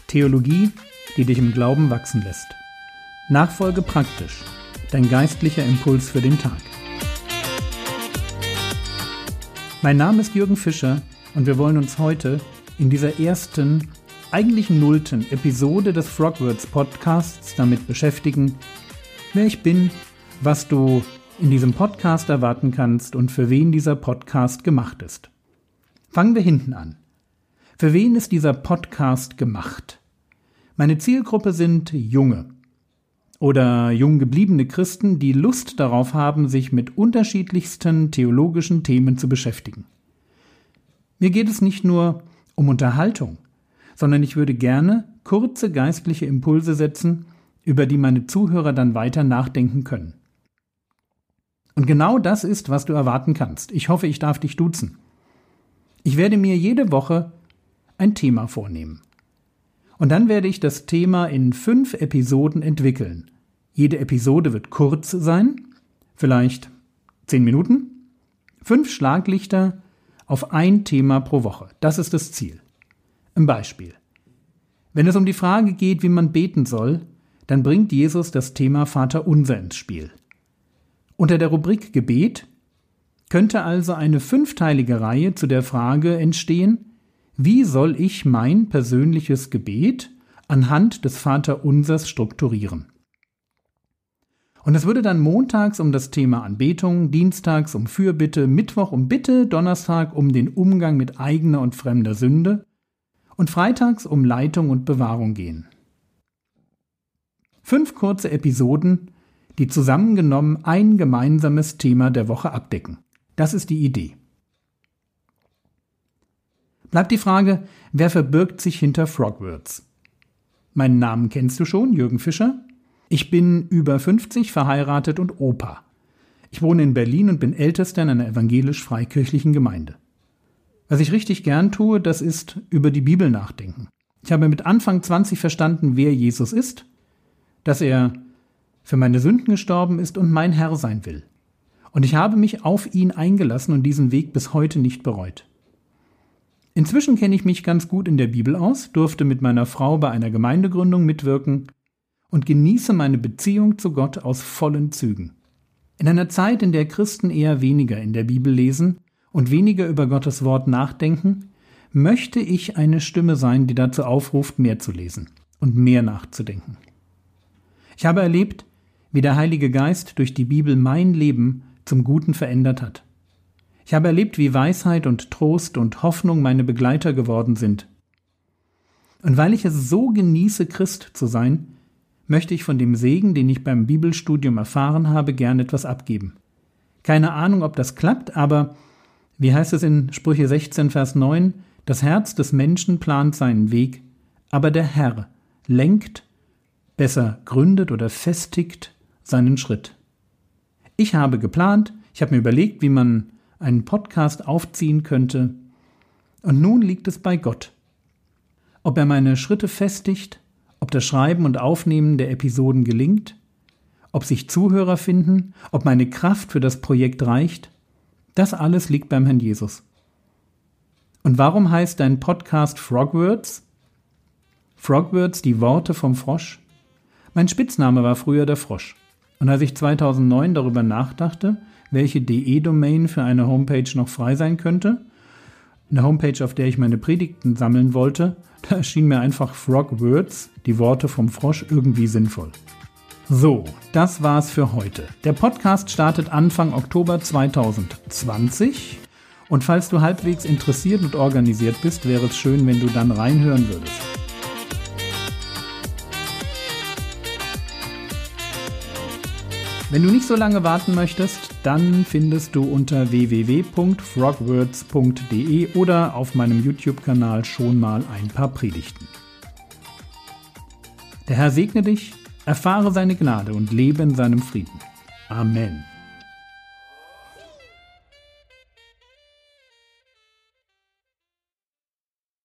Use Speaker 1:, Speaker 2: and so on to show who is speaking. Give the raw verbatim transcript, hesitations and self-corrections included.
Speaker 1: Theologie, die dich im Glauben wachsen lässt. Nachfolge praktisch. Dein geistlicher Impuls für den Tag. Mein Name ist Jürgen Fischer und wir wollen uns heute in dieser ersten, eigentlich nullten Episode des Frogwords Podcasts damit beschäftigen, wer ich bin, was du in diesem Podcast erwarten kannst und für wen dieser Podcast gemacht ist. Fangen wir hinten an. Für wen ist dieser Podcast gemacht? Meine Zielgruppe sind Junge oder jung gebliebene Christen, die Lust darauf haben, sich mit unterschiedlichsten theologischen Themen zu beschäftigen. Mir geht es nicht nur um Unterhaltung, sondern ich würde gerne kurze geistliche Impulse setzen, über die meine Zuhörer dann weiter nachdenken können. Und genau das ist, was du erwarten kannst. Ich hoffe, ich darf dich duzen. Ich werde mir jede Woche ein Thema vornehmen. Und dann werde ich das Thema in fünf Episoden entwickeln. Jede Episode wird kurz sein, vielleicht zehn Minuten. Fünf Schlaglichter auf ein Thema pro Woche. Das ist das Ziel. Ein Beispiel. Wenn es um die Frage geht, wie man beten soll, dann bringt Jesus das Thema Vaterunser ins Spiel. Unter der Rubrik Gebet könnte also eine fünfteilige Reihe zu der Frage entstehen, wie soll ich mein persönliches Gebet anhand des Vaterunsers strukturieren? Und es würde dann montags um das Thema Anbetung, dienstags um Fürbitte, Mittwoch um Bitte, Donnerstag um den Umgang mit eigener und fremder Sünde und freitags um Leitung und Bewahrung gehen. Fünf kurze Episoden, die zusammengenommen ein gemeinsames Thema der Woche abdecken. Das ist die Idee. Bleibt die Frage, wer verbirgt sich hinter Frogwords? Meinen Namen kennst du schon, Jürgen Fischer. Ich bin über fünfzig, verheiratet und Opa. Ich wohne in Berlin und bin Ältester in einer evangelisch-freikirchlichen Gemeinde. Was ich richtig gern tue, das ist über die Bibel nachdenken. Ich habe mit Anfang zwanzig verstanden, wer Jesus ist, dass er für meine Sünden gestorben ist und mein Herr sein will. Und ich habe mich auf ihn eingelassen und diesen Weg bis heute nicht bereut. Inzwischen kenne ich mich ganz gut in der Bibel aus, durfte mit meiner Frau bei einer Gemeindegründung mitwirken und genieße meine Beziehung zu Gott aus vollen Zügen. In einer Zeit, in der Christen eher weniger in der Bibel lesen und weniger über Gottes Wort nachdenken, möchte ich eine Stimme sein, die dazu aufruft, mehr zu lesen und mehr nachzudenken. Ich habe erlebt, wie der Heilige Geist durch die Bibel mein Leben zum Guten verändert hat. Ich habe erlebt, wie Weisheit und Trost und Hoffnung meine Begleiter geworden sind. Und weil ich es so genieße, Christ zu sein, möchte ich von dem Segen, den ich beim Bibelstudium erfahren habe, gern etwas abgeben. Keine Ahnung, ob das klappt, aber, wie heißt es in Sprüche sechzehn, Vers neun, das Herz des Menschen plant seinen Weg, aber der Herr lenkt, besser gründet oder festigt seinen Schritt. Ich habe geplant, ich habe mir überlegt, wie man einen Podcast aufziehen könnte, und nun liegt es bei Gott. Ob er meine Schritte festigt, ob das Schreiben und Aufnehmen der Episoden gelingt, ob sich Zuhörer finden, ob meine Kraft für das Projekt reicht, das alles liegt beim Herrn Jesus. Und warum heißt dein Podcast Frogwords? Frogwords, die Worte vom Frosch? Mein Spitzname war früher der Frosch. Und als ich zweitausendneun darüber nachdachte, welche D E-Domain für eine Homepage noch frei sein könnte, eine Homepage, auf der ich meine Predigten sammeln wollte, da erschien mir einfach Frogwords, die Worte vom Frosch, irgendwie sinnvoll. So, das war's für heute. Der Podcast startet Anfang Oktober zweitausendzwanzig und falls du halbwegs interessiert und organisiert bist, wäre es schön, wenn du dann reinhören würdest. Wenn du nicht so lange warten möchtest, dann findest du unter w w w punkt frogwords punkt d e oder auf meinem YouTube-Kanal schon mal ein paar Predigten. Der Herr segne dich, erfahre seine Gnade und lebe in seinem Frieden. Amen.